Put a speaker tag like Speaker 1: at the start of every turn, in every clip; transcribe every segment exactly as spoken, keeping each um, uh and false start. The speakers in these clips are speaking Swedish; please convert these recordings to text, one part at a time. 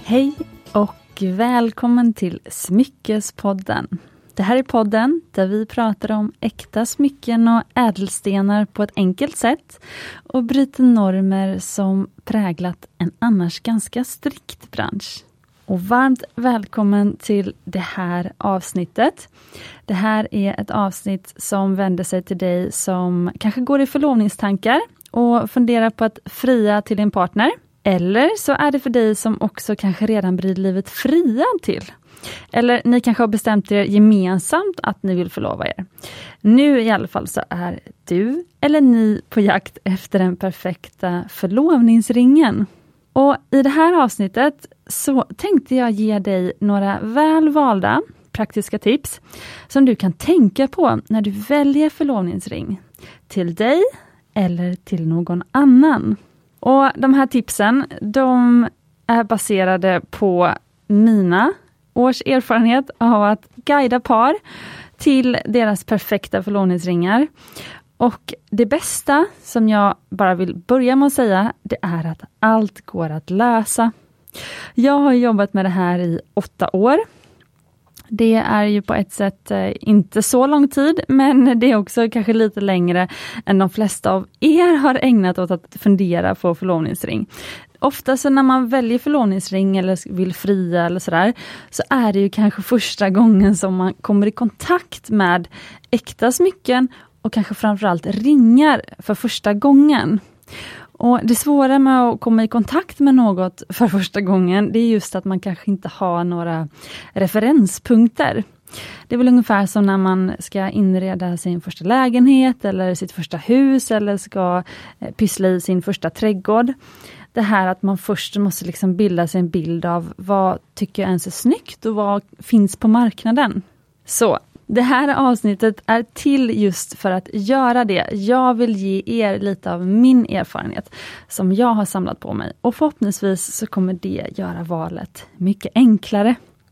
Speaker 1: Hej och välkommen till Smyckespodden. Det här är podden där vi pratar om äkta smycken och ädelstenar på ett enkelt sätt och bryter normer som präglat en annars ganska strikt bransch. Och varmt välkommen till det här avsnittet. Det här är ett avsnitt som vänder sig till dig som kanske går i förlovningstankar och funderar på att fria till din partner. Eller så är det för dig som också kanske redan blir livet fria till. Eller ni kanske har bestämt er gemensamt att ni vill förlova er. Nu i alla fall så är du eller ni på jakt efter den perfekta förlovningsringen. Och i det här avsnittet så tänkte jag ge dig några väl valda praktiska tips som du kan tänka på när du väljer förlovningsring. Till dig eller till någon annan. Och de här tipsen, de är baserade på mina års erfarenhet av att guida par till deras perfekta förlovningsringar. Och det bästa som jag bara vill börja med att säga, det är att allt går att lösa. Jag har jobbat med det här i åtta år. Det är ju på ett sätt inte så lång tid, men det är också kanske lite längre än de flesta av er har ägnat åt att fundera på förlovningsring. Ofta så när man väljer förlovningsring eller vill fria eller sådär, så är det ju kanske första gången som man kommer i kontakt med äkta smycken och kanske framförallt ringar för första gången. Och det svåra med att komma i kontakt med något för första gången, det är just att man kanske inte har några referenspunkter. Det är väl ungefär som när man ska inreda sin första lägenhet eller sitt första hus eller ska pyssla i sin första trädgård. Det här att man först måste liksom bilda sig en bild av vad tycker jag ens är snyggt och vad finns på marknaden. Så det här avsnittet är till just för att göra det. Jag vill ge er lite av min erfarenhet som jag har samlat på mig. Och förhoppningsvis så kommer det göra valet mycket enklare.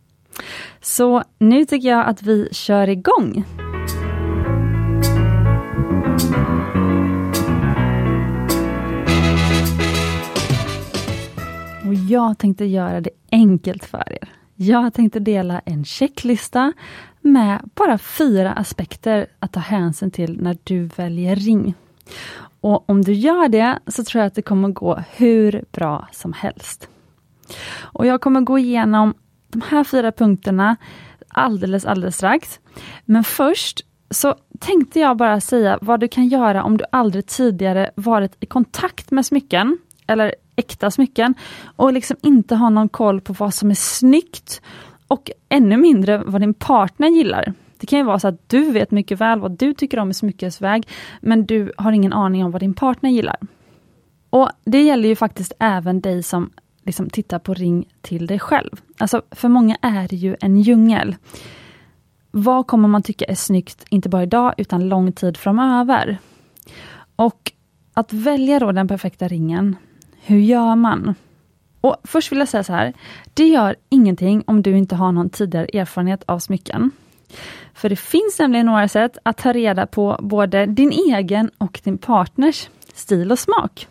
Speaker 1: Så nu tycker jag att vi kör igång. Och jag tänkte göra det enkelt för er. Jag tänkte dela en checklista med bara fyra aspekter att ta hänsyn till när du väljer ring. Och om du gör det så tror jag att det kommer gå hur bra som helst. Och jag kommer gå igenom de här fyra punkterna alldeles, alldeles strax. Men först så tänkte jag bara säga vad du kan göra om du aldrig tidigare varit i kontakt med smycken eller äkta smycken och liksom inte har någon koll på vad som är snyggt och ännu mindre vad din partner gillar. Det kan ju vara så att du vet mycket väl vad du tycker om i smyckesväg, men du har ingen aning om vad din partner gillar. Och det gäller ju faktiskt även dig som liksom tittar på ring till dig själv. Alltså för många är det ju en djungel. Vad kommer man tycka är snyggt inte bara idag utan lång tid framöver? Och att välja då den perfekta ringen, hur gör man? Och först vill jag säga så här, det gör ingenting om du inte har någon tidigare erfarenhet av smycken. För det finns nämligen några sätt att ta reda på både din egen och din partners stil och smak.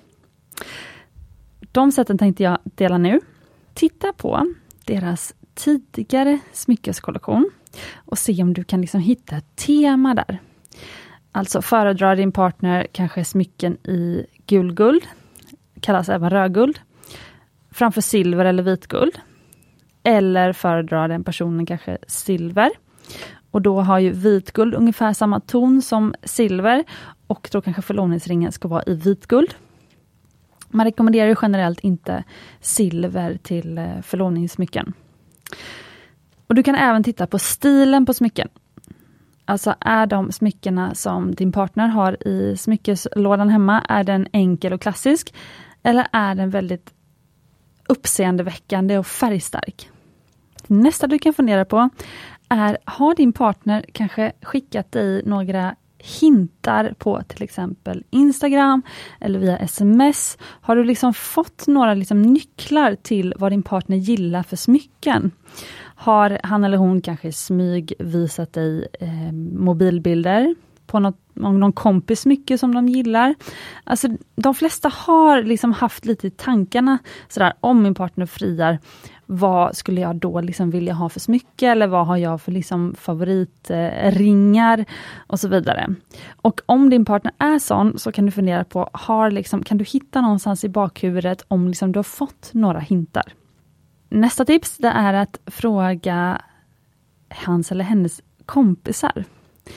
Speaker 1: De sätten tänkte jag dela nu. Titta på deras tidigare smyckeskollektion och se om du kan liksom hitta ett tema där. Alltså föredrar din partner kanske smycken i gulguld, kallas även rödguld, framför silver eller vitguld. Eller föredrar den personen kanske silver. Och då har ju vitguld ungefär samma ton som silver. Och då kanske förlovningsringen ska vara i vitguld. Man rekommenderar ju generellt inte silver till förlovningssmycken. Och du kan även titta på stilen på smycken. Alltså är de smyckena som din partner har i smyckeslådan hemma, är den enkel och klassisk? Eller är den väldigt uppseendeväckande och färgstark? Nästa du kan fundera på är, har din partner kanske skickat dig några hintar på till exempel Instagram eller via sms? Har du liksom fått några liksom nycklar till vad din partner gillar för smycken? Har han eller hon kanske smyg visat dig eh, mobilbilder på något, någon kompis smycke som de gillar? Alltså de flesta har liksom haft lite i tankarna sådär, om min partner friar vad skulle jag då liksom vilja ha för smycke, eller vad har jag för liksom favoritringar eh, och så vidare. Och om din partner är sån, så kan du fundera på, har liksom, kan du hitta någonstans i bakhuvudet om liksom du har fått några hintar. Nästa tips, det är att fråga hans eller hennes kompisar.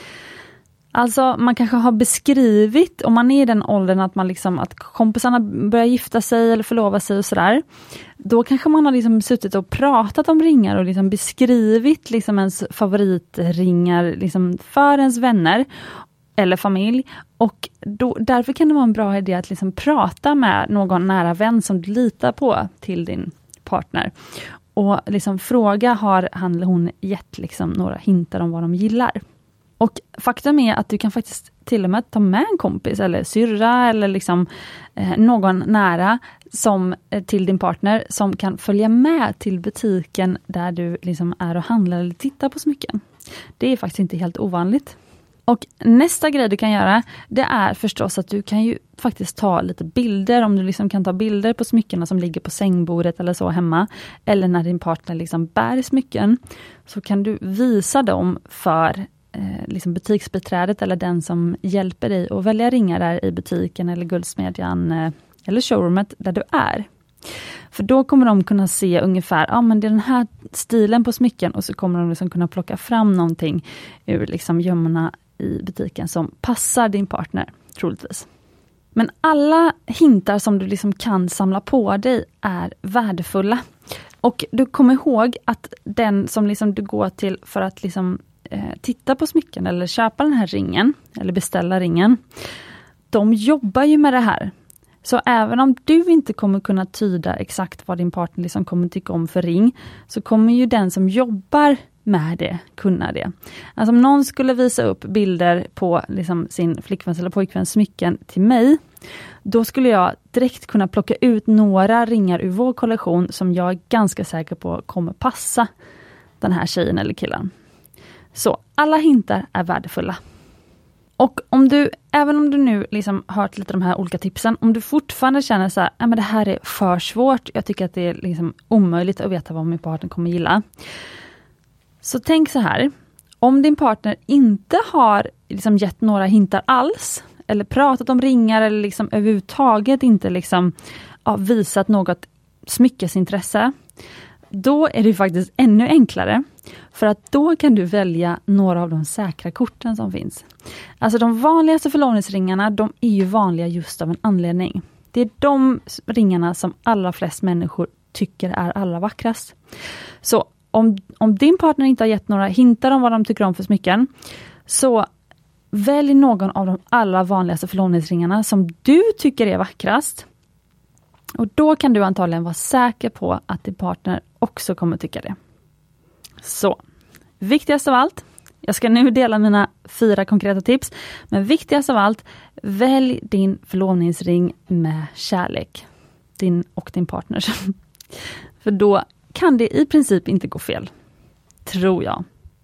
Speaker 1: Alltså man kanske har beskrivit, om man är i den åldern att man liksom, att kompisarna börjar gifta sig eller förlova sig och sådär, då kanske man har liksom suttit och pratat om ringar och liksom beskrivit liksom ens favoritringar liksom för ens vänner eller familj, och då, därför kan det vara en bra idé att liksom prata med någon nära vän som du litar på till din partner och liksom fråga, har han eller hon gett liksom några hintar om vad de gillar. Och faktum är att du kan faktiskt till och med ta med en kompis eller syrra eller liksom eh, någon nära som, eh, till din partner som kan följa med till butiken där du liksom är och handlar eller tittar på smycken. Det är faktiskt inte helt ovanligt. Och nästa grej du kan göra, det är förstås att du kan ju faktiskt ta lite bilder. Om du liksom kan ta bilder på smyckena som ligger på sängbordet eller så hemma. Eller när din partner liksom bär smycken, så kan du visa dem för eh, liksom butiksbiträdet eller den som hjälper dig att välja ringar där i butiken eller guldsmedjan eh, eller showroomet där du är. För då kommer de kunna se ungefär, ja ah, men det är den här stilen på smycken, och så kommer de liksom kunna plocka fram någonting ur liksom gömmorna i butiken som passar din partner, troligtvis. Men alla hintar som du liksom kan samla på dig är värdefulla. Och du kommer ihåg att den som liksom du går till för att liksom, eh, titta på smycken eller köpa den här ringen eller beställa ringen, de jobbar ju med det här. Så även om du inte kommer kunna tyda exakt vad din partner liksom kommer tycka om för ring, så kommer ju den som jobbar med det kunna det. Alltså om någon skulle visa upp bilder på liksom sin flickväns eller pojkväns smycken till mig, då skulle jag direkt kunna plocka ut några ringar ur vår kollektion som jag är ganska säker på kommer passa den här tjejen eller killen. Så alla hintar är värdefulla. Och om du, även om du nu liksom hört lite de här olika tipsen, om du fortfarande känner så här, ja men det här är för svårt, jag tycker att det är liksom omöjligt att veta vad min partner kommer gilla. Så tänk så här, om din partner inte har liksom gett några hintar alls, eller pratat om ringar, eller liksom överhuvudtaget inte liksom, ja, visat något smyckesintresse, då är det faktiskt ännu enklare. För att då kan du välja några av de säkra korten som finns. Alltså de vanligaste förlovningsringarna, de är ju vanliga just av en anledning. Det är de ringarna som allra flest människor tycker är allra vackrast. Så om, om din partner inte har gett några hintar om vad de tycker om för smycken, så välj någon av de allra vanligaste förlovningsringarna som du tycker är vackrast. Och då kan du antagligen vara säker på att din partner också kommer tycka det. Så, viktigast av allt, jag ska nu dela mina fyra konkreta tips, men viktigast av allt, välj din förlovningsring med kärlek. Din och din partner. För då kan det i princip inte gå fel. Tror jag.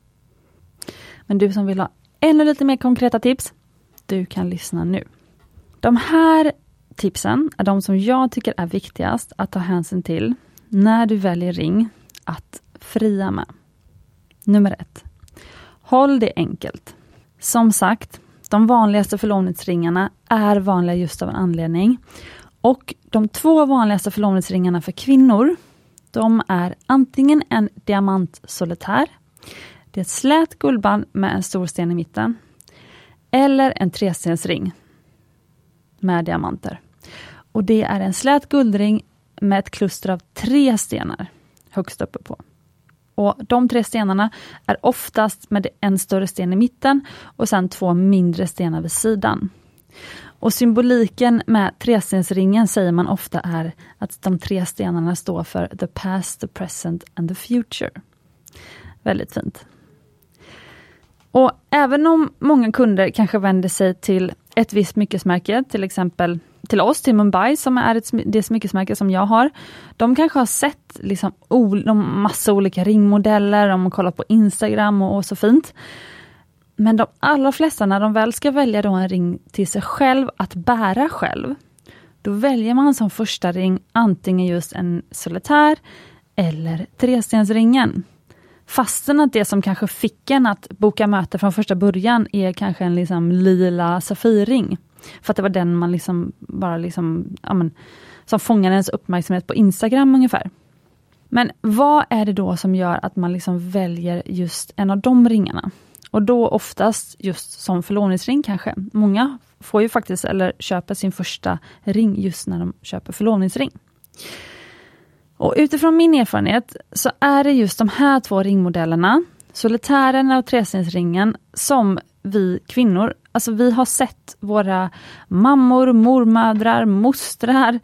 Speaker 1: Men du som vill ha ännu lite mer konkreta tips, du kan lyssna nu. De här tipsen är de som jag tycker är viktigast att ta hänsyn till när du väljer ring att fria med. Nummer ett. Håll det enkelt. Som sagt, de vanligaste förlovningsringarna är vanliga just av en anledning. Och de två vanligaste förlovningsringarna för kvinnor, de är antingen en diamantsolitär, det är ett slät guldband med en stor sten i mitten, eller en trestensring med diamanter. Och det är en slät guldring med ett kluster av tre stenar högst uppe på. Och de tre stenarna är oftast med en större sten i mitten och sen två mindre stenar vid sidan. Och symboliken med trestensringen säger man ofta är att de tre stenarna står för the past, the present and the future. Väldigt fint. Och även om många kunder kanske vänder sig till ett visst smyckesmärke, till exempel till oss, till Mumbai som är ett, det smyckesmärke som jag har. De kanske har sett liksom o, massa olika ringmodeller, de har kollat på Instagram och, och så fint. Men de allra flesta, när de väl ska välja då en ring till sig själv att bära själv, då väljer man som första ring antingen just en solitär eller trestensringen. Fastän att det som kanske fick en att boka möte från första början är kanske en liksom lila safirring. För att det var den man liksom bara liksom, ja men, som fångade ens uppmärksamhet på Instagram ungefär. Men vad är det då som gör att man liksom väljer just en av de ringarna? Och då oftast just som förlovningsring kanske. Många får ju faktiskt eller köper sin första ring just när de köper förlovningsring. Och utifrån min erfarenhet så är det just de här två ringmodellerna, solitären och trestensringen, som vi kvinnor, alltså vi har sett våra mammor, mormödrar, mostrar,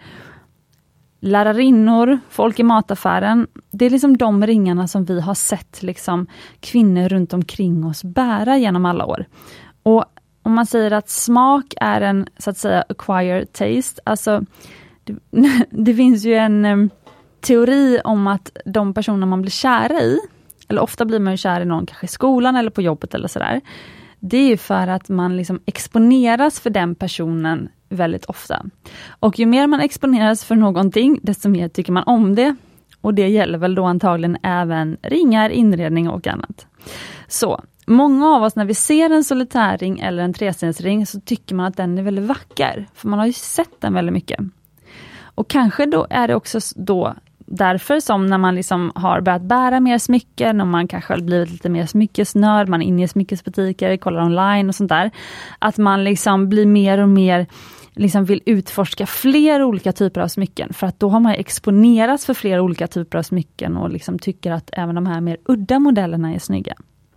Speaker 1: lärarinnor, folk i mataffären. Det är liksom de ringarna som vi har sett liksom kvinnor runt omkring oss bära genom alla år. Och om man säger att smak är en så att säga acquired taste, alltså det, det finns ju en um, teori om att de personer man blir kära i, eller ofta blir man ju kär i någon kanske i skolan eller på jobbet eller sådär, det är ju för att man liksom exponeras för den personen väldigt ofta. Och ju mer man exponeras för någonting, desto mer tycker man om det. Och det gäller väl då antagligen även ringar, inredning och annat. Så, många av oss när vi ser en solitärring eller en trestensring så tycker man att den är väldigt vacker. För man har ju sett den väldigt mycket. Och kanske då är det också då därför som när man liksom har börjat bära mer smycken och man kanske har blivit lite mer smyckesnörd, man är inne i smyckesbutiker, kollar online och sånt där, att man liksom blir mer och mer liksom vill utforska fler olika typer av smycken, för att då har man exponerats för fler olika typer av smycken och liksom tycker att även de här mer udda modellerna är snygga.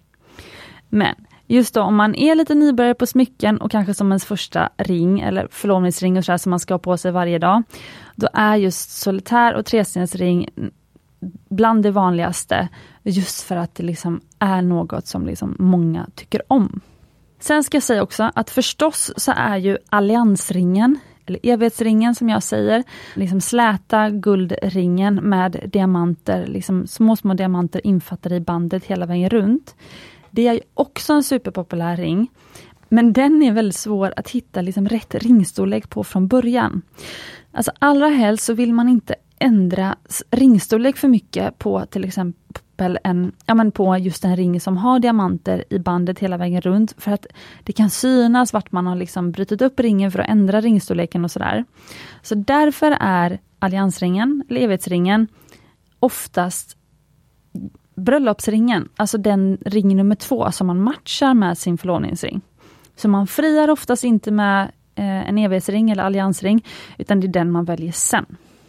Speaker 1: Men just då om man är lite nybörjare på smycken och kanske som ens första ring eller förlovningsring och så där som man ska ha på sig varje dag, då är just solitär och trestensring bland det vanligaste, just för att det liksom är något som liksom många tycker om. Sen ska jag säga också att förstås så är ju alliansringen, eller evighetsringen som jag säger, liksom släta guldringen med diamanter, liksom små små diamanter infattade i bandet hela vägen runt. Det är ju också en superpopulär ring, men den är väldigt svår att hitta liksom rätt ringstorlek på från början. Alltså allra helst så vill man inte ändra ringstorlek för mycket på till exempel en, ja men på just en ring som har diamanter i bandet hela vägen runt, för att det kan synas vart man har liksom brutit upp ringen för att ändra ringstorleken och sådär. Så därför är alliansringen eller evighetsringen oftast bröllopsringen, alltså den ring nummer två som man matchar med sin förlovningsring. Så man friar oftast inte med eh, en evighetsring eller alliansring, utan det är den man väljer sen.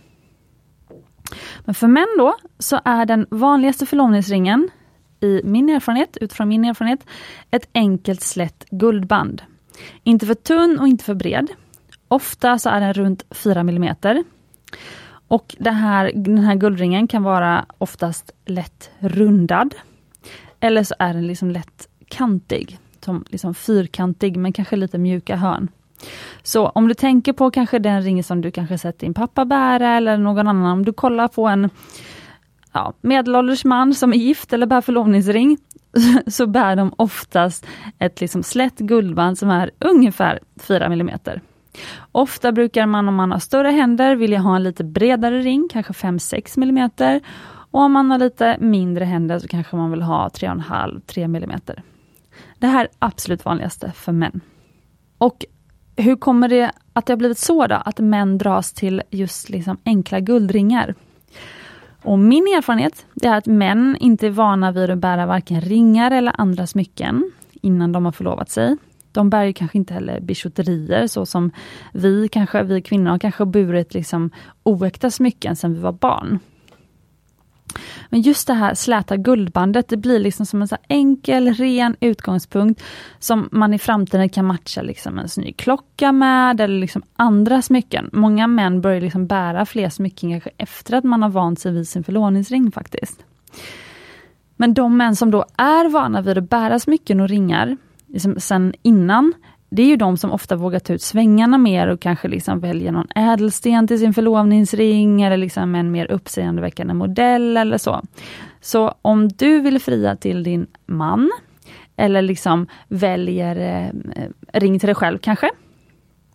Speaker 1: Men för män då så är den vanligaste förlovningsringen i min erfarenhet, utifrån min erfarenhet, ett enkelt slätt guldband. Inte för tunn och inte för bred. Ofta så är den runt fyra millimeter. Och det här, den här guldringen kan vara oftast lätt rundad. Eller så är den liksom lätt kantig. Som liksom fyrkantig men kanske lite mjuka hörn. Så om du tänker på kanske den ring som du kanske sett din pappa bära eller någon annan. Om du kollar på en ja, medelålders man som är gift eller bär förlovningsring. Så bär de oftast ett liksom slätt guldband som är ungefär fyra millimeter. Ofta brukar man om man har större händer vilja ha en lite bredare ring, kanske fem till sex millimeter. Och om man har lite mindre händer så kanske man vill ha tre komma fem till tre millimeter. Det här är absolut vanligaste för män. Och hur kommer det att det har blivit så då, att män dras till just liksom enkla guldringar? Och min erfarenhet är att män inte är vana vid att bära varken ringar eller andra smycken innan de har förlovat sig. De bär ju kanske inte heller bijouterier så som vi kanske, vi kvinnor har kanske burit liksom oäkta smycken sedan vi var barn. Men just det här släta guldbandet, det blir liksom som en så enkel, ren utgångspunkt som man i framtiden kan matcha liksom en snygg klocka med eller liksom andra smycken. Många män börjar liksom bära fler smycken kanske efter att man har vant sig vid sin förlovningsring faktiskt. Men de män som då är vana vid att bära smycken och ringar liksom sen innan, det är ju de som ofta vågar ta ut svängarna mer och kanske liksom väljer någon ädelsten till sin förlovningsring eller liksom en mer uppseendeväckande modell eller så. Så om du vill fria till din man eller liksom väljer eh, ring till dig själv kanske,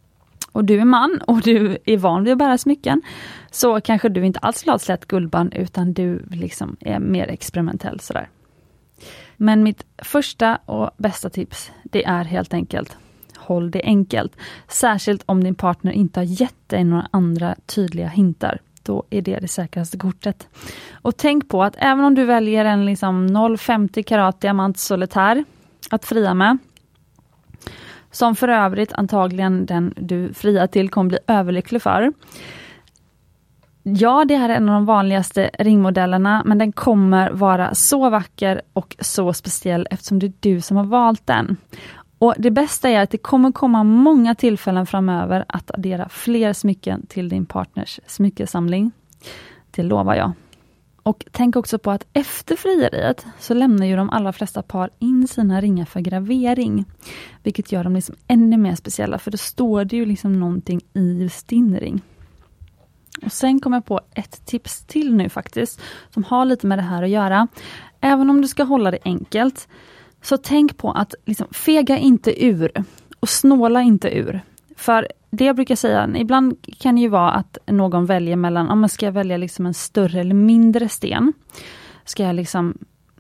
Speaker 1: och du är man och du är van vid att bära smycken, så kanske du inte alls vill ha ett slätt guldband utan du liksom är mer experimentell sådär. Men mitt första och bästa tips, det är helt enkelt: håll det enkelt. Särskilt om din partner inte har gett dig några andra tydliga hintar. Då är det det säkraste kortet. Och tänk på att även om du väljer en liksom noll komma femtio karat diamant solitär att fria med, som för övrigt antagligen den du friar till kommer bli överlycklig för. Ja, det här är en av de vanligaste ringmodellerna, men den kommer vara så vacker och så speciell eftersom det är du som har valt den. Och det bästa är att det kommer komma många tillfällen framöver att addera fler smycken till din partners smyckesamling. Det lovar jag. Och tänk också på att efter frieriet så lämnar ju de allra flesta par in sina ringar för gravering. Vilket gör dem liksom ännu mer speciella, för då står det ju liksom någonting i just din ring. Och sen kommer jag på ett tips till nu faktiskt, som har lite med det här att göra. Även om du ska hålla det enkelt, så tänk på att liksom fega inte ur och snåla inte ur. För det jag brukar säga, ibland kan det ju vara att någon väljer mellan, om man ska välja liksom en större eller mindre sten. Ska jag liksom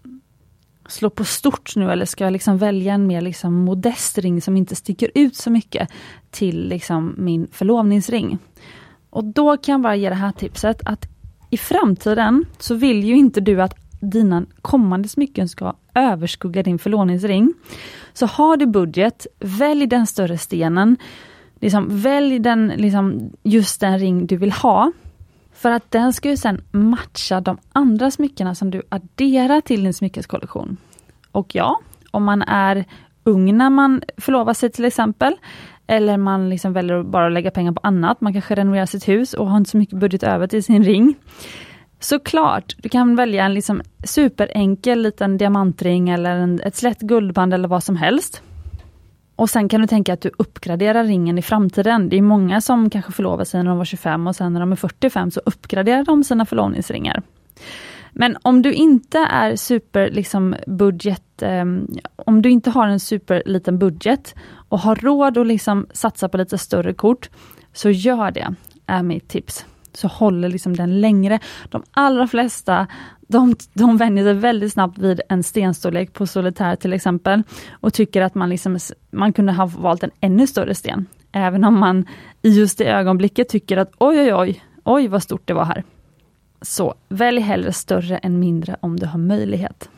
Speaker 1: slå på stort nu, eller ska jag liksom välja en mer liksom modest ring som inte sticker ut så mycket till liksom min förlovningsring? Och då kan jag bara ge det här tipset, att i framtiden så vill ju inte du att dina kommande smycken ska överskugga din förlovningsring. Så har du budget, välj den större stenen. Liksom, välj den, liksom, just den ring du vill ha. För att den ska ju sen matcha de andra smyckena som du adderar till din smyckeskollektion. Och ja, om man är ung när man förlovar sig till exempel, eller man liksom väljer bara att lägga pengar på annat, man kanske renoverar sitt hus och har inte så mycket budget över till sin ring. Såklart, du kan välja en liksom superenkel liten diamantring eller en, ett slätt guldband eller vad som helst. Och sen kan du tänka att du uppgraderar ringen i framtiden. Det är många som kanske förlovar sig när de var tjugofem och sen när de är fyrtiofem så uppgraderar de sina förlovningsringar. Men om du inte är super liksom budget, eh, om du inte har en super liten budget och har råd att liksom satsa på lite större kort, så gör det, är mitt tips. Så håller liksom den längre. De allra flesta, de, de vänjer sig väldigt snabbt vid en stenstorlek på solitär till exempel. Och tycker att man, liksom, man kunde ha valt en ännu större sten. Även om man i just det ögonblicket tycker att oj oj oj, oj vad stort det var här. Så välj hellre större än mindre om du har möjlighet.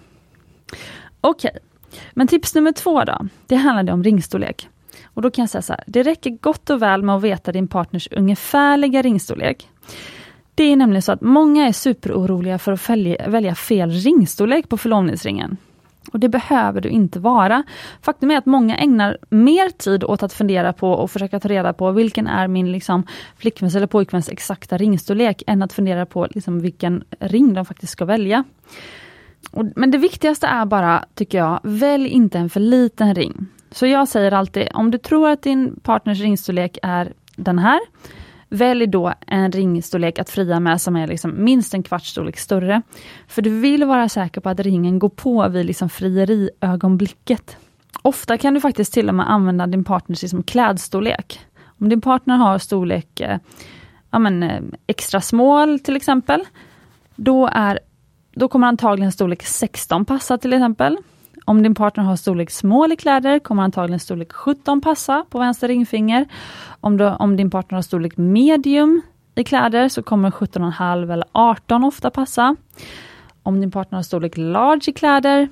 Speaker 1: Okej, men tips nummer två då. Det handlar om ringstorlek. Och då kan jag säga så här, det räcker gott och väl med att veta din partners ungefärliga ringstorlek. Det är nämligen så att många är superoroliga för att välja, välja fel ringstorlek på förlovningsringen. Och det behöver du inte vara. Faktum är att många ägnar mer tid åt att fundera på och försöka ta reda på vilken är min liksom, flickväns eller pojkväns exakta ringstorlek än att fundera på liksom, vilken ring de faktiskt ska välja. Och, men det viktigaste är bara, tycker jag, välj inte en för liten ring. Så jag säger alltid, om du tror att din partners ringstorlek är den här, välj då en ringstorlek att fria med som är liksom minst en kvartsstorlek större. För du vill vara säker på att ringen går på vid liksom frieriögonblicket. Ofta kan du faktiskt till och med använda din partners liksom klädstorlek. Om din partner har storlek eh, ja men, extra small till exempel, då, är, då kommer antagligen storlek sexton passa till exempel. Om din partner har storlek small i kläder kommer antagligen storlek sjutton passa på vänster ringfinger. Om, du, om din partner har storlek medium i kläder så kommer sjutton komma fem eller arton ofta passa. Om din partner har storlek large i kläder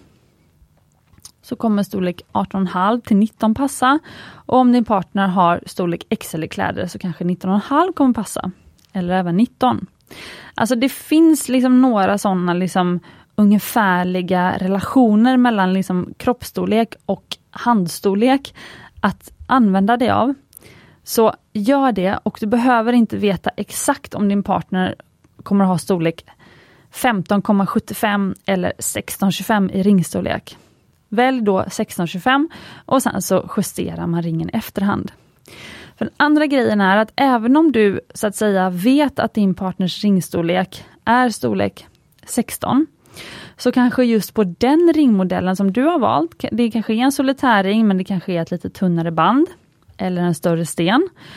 Speaker 1: så kommer storlek arton komma fem till nitton passa. Och om din partner har storlek X L i kläder så kanske nitton komma fem kommer passa. Eller även nitton. Alltså det finns liksom några sådana liksom ungefärliga relationer mellan liksom kroppsstorlek och handstorlek att använda det av. Så gör det, och du behöver inte veta exakt om din partner kommer att ha storlek femton komma sjuttiofem eller sexton tjugofem i ringstorlek. Välj då sexton tjugofem och sen så justerar man ringen efterhand. För den andra grejen är att även om du så att säga vet att din partners ringstorlek är storlek sexton, så kanske just på den ringmodellen som du har valt, det kanske är en solitärring men det kanske är ett lite tunnare band eller en större sten.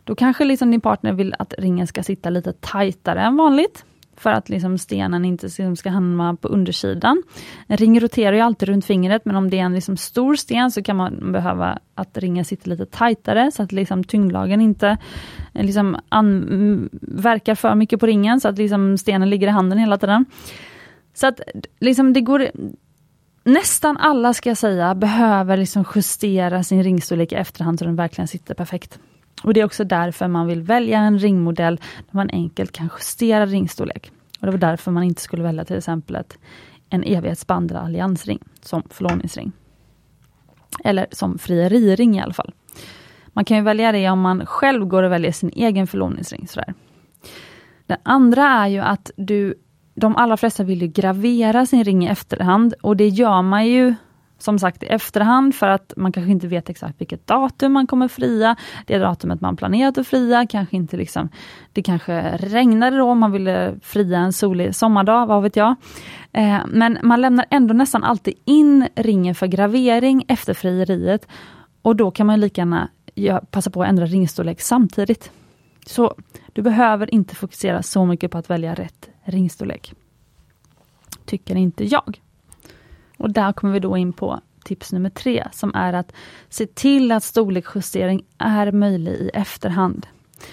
Speaker 1: Då kanske liksom din partner vill att ringen ska sitta lite tajtare än vanligt. För att liksom stenen inte liksom ska hamna på undersidan. En ring roterar ju alltid runt fingret, men om det är en liksom stor sten så kan man behöva att ringen sitter lite tajtare. Så att liksom tyngdlagen inte liksom an- verkar för mycket på ringen, så att liksom stenen ligger i handen hela tiden. Så att liksom det går... Nästan alla, ska jag säga, behöver liksom justera sin ringstorlek i efterhand så den verkligen sitter perfekt. Och det är också därför man vill välja en ringmodell där man enkelt kan justera ringstorlek. Och det var därför man inte skulle välja till exempel ett, en evighetsband eller alliansring som förlovningsring. Eller som frieriring i alla fall. Man kan ju välja det om man själv går och väljer sin egen förlovningsring. Sådär. Det andra är ju att du, de allra flesta vill ju gravera sin ring i efterhand. Och det gör man ju som sagt i efterhand för att man kanske inte vet exakt vilket datum man kommer fria. Det är datumet man planerat att fria. Kanske inte liksom, det kanske regnade då om man ville fria en solig sommardag, vad vet jag. Eh, men man lämnar ändå nästan alltid in ringen för gravering efter frieriet. Och då kan man lika gärna ja, passa på att ändra ringstorlek samtidigt. Så du behöver inte fokusera så mycket på att välja rätt ringstorlek. Tycker inte jag. Och där kommer vi då in på tips nummer tre, som är att se till att storleksjustering är möjlig i efterhand.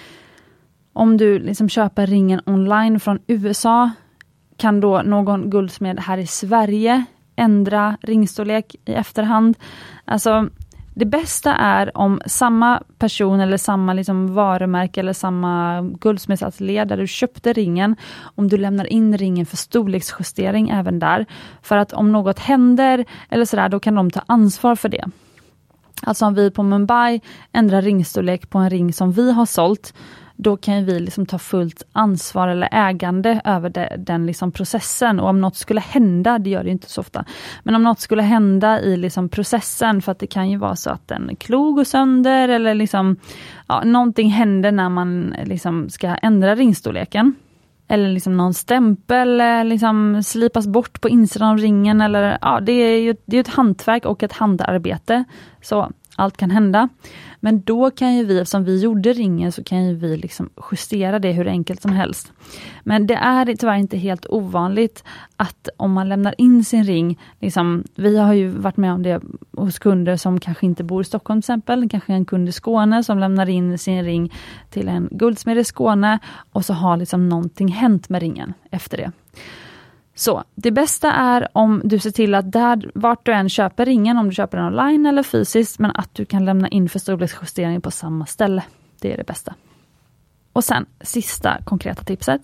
Speaker 1: Om du liksom köper ringen online från U S A kan då någon guldsmed här i Sverige ändra ringstorlek i efterhand. Alltså det bästa är om samma person eller samma liksom varumärke eller samma guldsmedsateljé där du köpte ringen, om du lämnar in ringen för storleksjustering även där. För att om något händer eller sådär, då kan de ta ansvar för det. Alltså om vi på Mumbai ändrar ringstorlek på en ring som vi har sålt, då kan vi liksom ta fullt ansvar eller ägande över det, den liksom processen. Och om något skulle hända, det gör det inte så ofta, men om något skulle hända i liksom processen, för att det kan ju vara så att en klo går sönder eller liksom, ja, någonting händer när man liksom ska ändra ringstorleken. Eller liksom någon stämpel liksom slipas bort på insidan av ringen. Eller, ja, det är ju det är ett hantverk och ett handarbete. Så allt kan hända. Men då kan ju vi, som vi gjorde ringen, så kan ju vi liksom justera det hur enkelt som helst. Men det är tyvärr inte helt ovanligt att om man lämnar in sin ring, liksom, vi har ju varit med om det hos kunder som kanske inte bor i Stockholm till exempel, kanske en kund i Skåne som lämnar in sin ring till en guldsmed i Skåne, och så har liksom någonting hänt med ringen efter det. Så det bästa är om du ser till att där vart du än köper ringen, om du köper den online eller fysiskt, men att du kan lämna in för storleksjustering på samma ställe. Det är det bästa. Och sen sista konkreta tipset.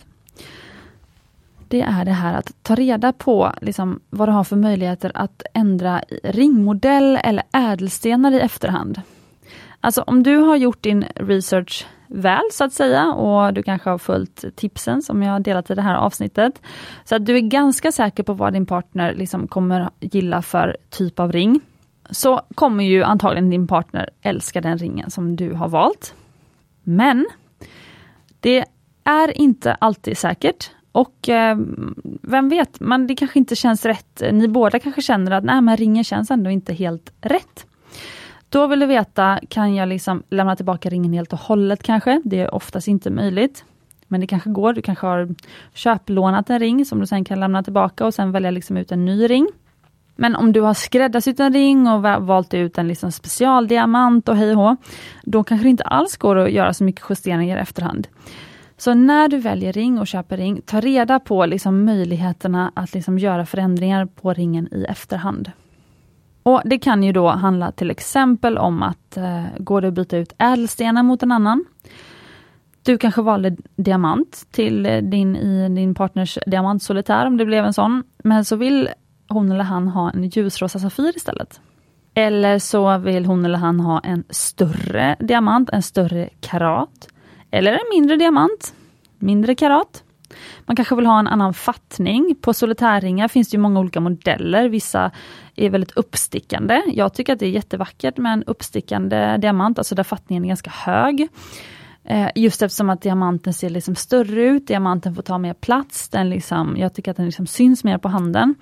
Speaker 1: Det är det här att ta reda på liksom, vad du har för möjligheter att ändra ringmodell eller ädelstenar i efterhand. Alltså om du har gjort din research väl så att säga, och du kanske har följt tipsen som jag har delat i det här avsnittet, så att du är ganska säker på vad din partner liksom kommer gilla för typ av ring, så kommer ju antagligen din partner älska den ringen som du har valt. Men det är inte alltid säkert, och eh, vem vet, man, det kanske inte känns rätt. Ni båda kanske känner att nej, men ringen känns ändå inte helt rätt. Då vill du veta, kan jag liksom lämna tillbaka ringen helt och hållet kanske? Det är oftast inte möjligt. Men det kanske går. Du kanske har köplånat en ring som du sen kan lämna tillbaka och sen välja liksom ut en ny ring. Men om du har skräddarsytt en ring och valt ut en liksom specialdiamant och hej och hå, då kanske det inte alls går att göra så mycket justeringar i efterhand. Så när du väljer ring och köper ring, ta reda på liksom möjligheterna att liksom göra förändringar på ringen i efterhand. Och det kan ju då handla till exempel om att eh, går det att byta ut ädelstenar mot en annan. Du kanske valde diamant till din, i din partners diamantsolitär om det blev en sån. Men så vill hon eller han ha en ljusrosa safir istället. Eller så vill hon eller han ha en större diamant, en större karat. Eller en mindre diamant, mindre karat. Man kanske vill ha en annan fattning. På solitärringar finns det ju många olika modeller. Vissa är väldigt uppstickande. Jag tycker att det är jättevackert med en uppstickande diamant. Alltså där fattningen är ganska hög. Just eftersom att diamanten ser liksom större ut. Diamanten får ta mer plats. Den liksom, jag tycker att den liksom syns mer på handen.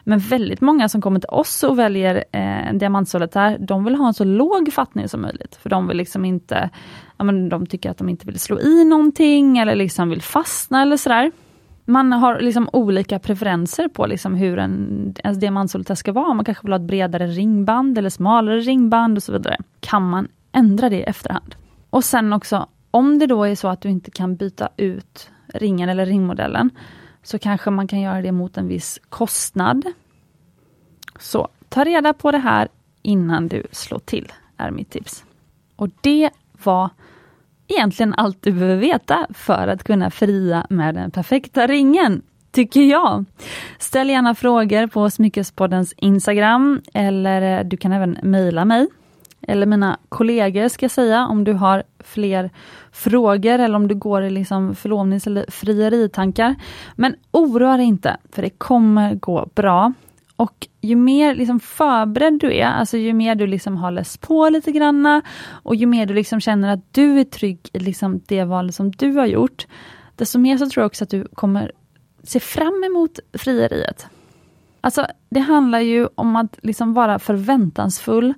Speaker 1: Men väldigt många som kommer till oss och väljer eh, en diamantsolitär, de vill ha en så låg fattning som möjligt. För de vill liksom inte, ja, men de tycker att de inte vill slå i någonting eller liksom vill fastna eller sådär. Man har liksom olika preferenser på liksom hur en ens diamantsolitär ska vara. Man kanske vill ha ett bredare ringband eller smalare ringband och så vidare. Kan man ändra det i efterhand? Och sen också, om det då är så att du inte kan byta ut ringen eller ringmodellen, så kanske man kan göra det mot en viss kostnad. Så ta reda på det här innan du slår till, är mitt tips. Och det var egentligen allt du behöver veta för att kunna fria med den perfekta ringen, tycker jag. Ställ gärna frågor på Smyckespoddens Instagram, eller du kan även mejla mig. Eller mina kollegor ska jag säga, om du har fler frågor eller om du går i liksom förlovnings- eller frieritankar. Men oroa dig inte, för det kommer gå bra. Och ju mer liksom förberedd du är, alltså ju mer du liksom har läst på lite granna och ju mer du liksom känner att du är trygg i liksom det val som du har gjort, desto mer så tror jag också att du kommer se fram emot frieriet. Alltså det handlar ju om att liksom vara förväntansfull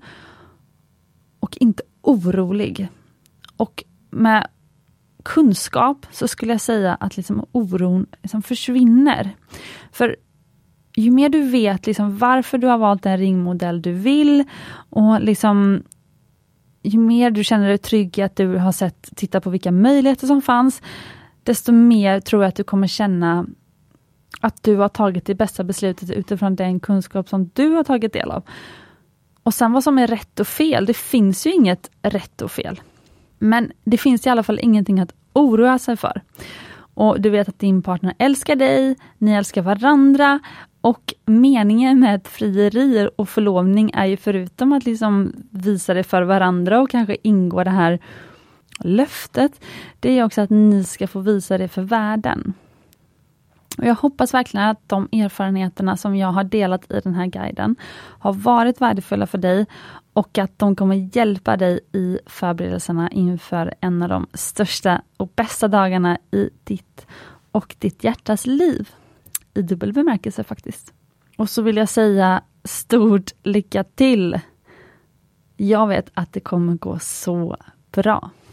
Speaker 1: och inte orolig. Och med kunskap så skulle jag säga att liksom oron liksom försvinner. För ju mer du vet liksom varför du har valt den ringmodell du vill, och liksom ju mer du känner dig trygg i att du har sett, titta på vilka möjligheter som fanns, desto mer tror jag att du kommer känna att du har tagit det bästa beslutet utifrån den kunskap som du har tagit del av. Och sen vad som är rätt och fel, det finns ju inget rätt och fel. Men det finns i alla fall ingenting att oroa sig för. Och du vet att din partner älskar dig, ni älskar varandra, och meningen med ett frieri och förlovning är ju, förutom att liksom visa det för varandra och kanske ingå det här löftet, det är också att ni ska få visa det för världen. Och jag hoppas verkligen att de erfarenheterna som jag har delat i den här guiden har varit värdefulla för dig, och att de kommer hjälpa dig i förberedelserna inför en av de största och bästa dagarna i ditt och ditt hjärtas liv. I dubbel bemärkelse faktiskt. Och så vill jag säga stort lycka till. Jag vet att det kommer gå så bra.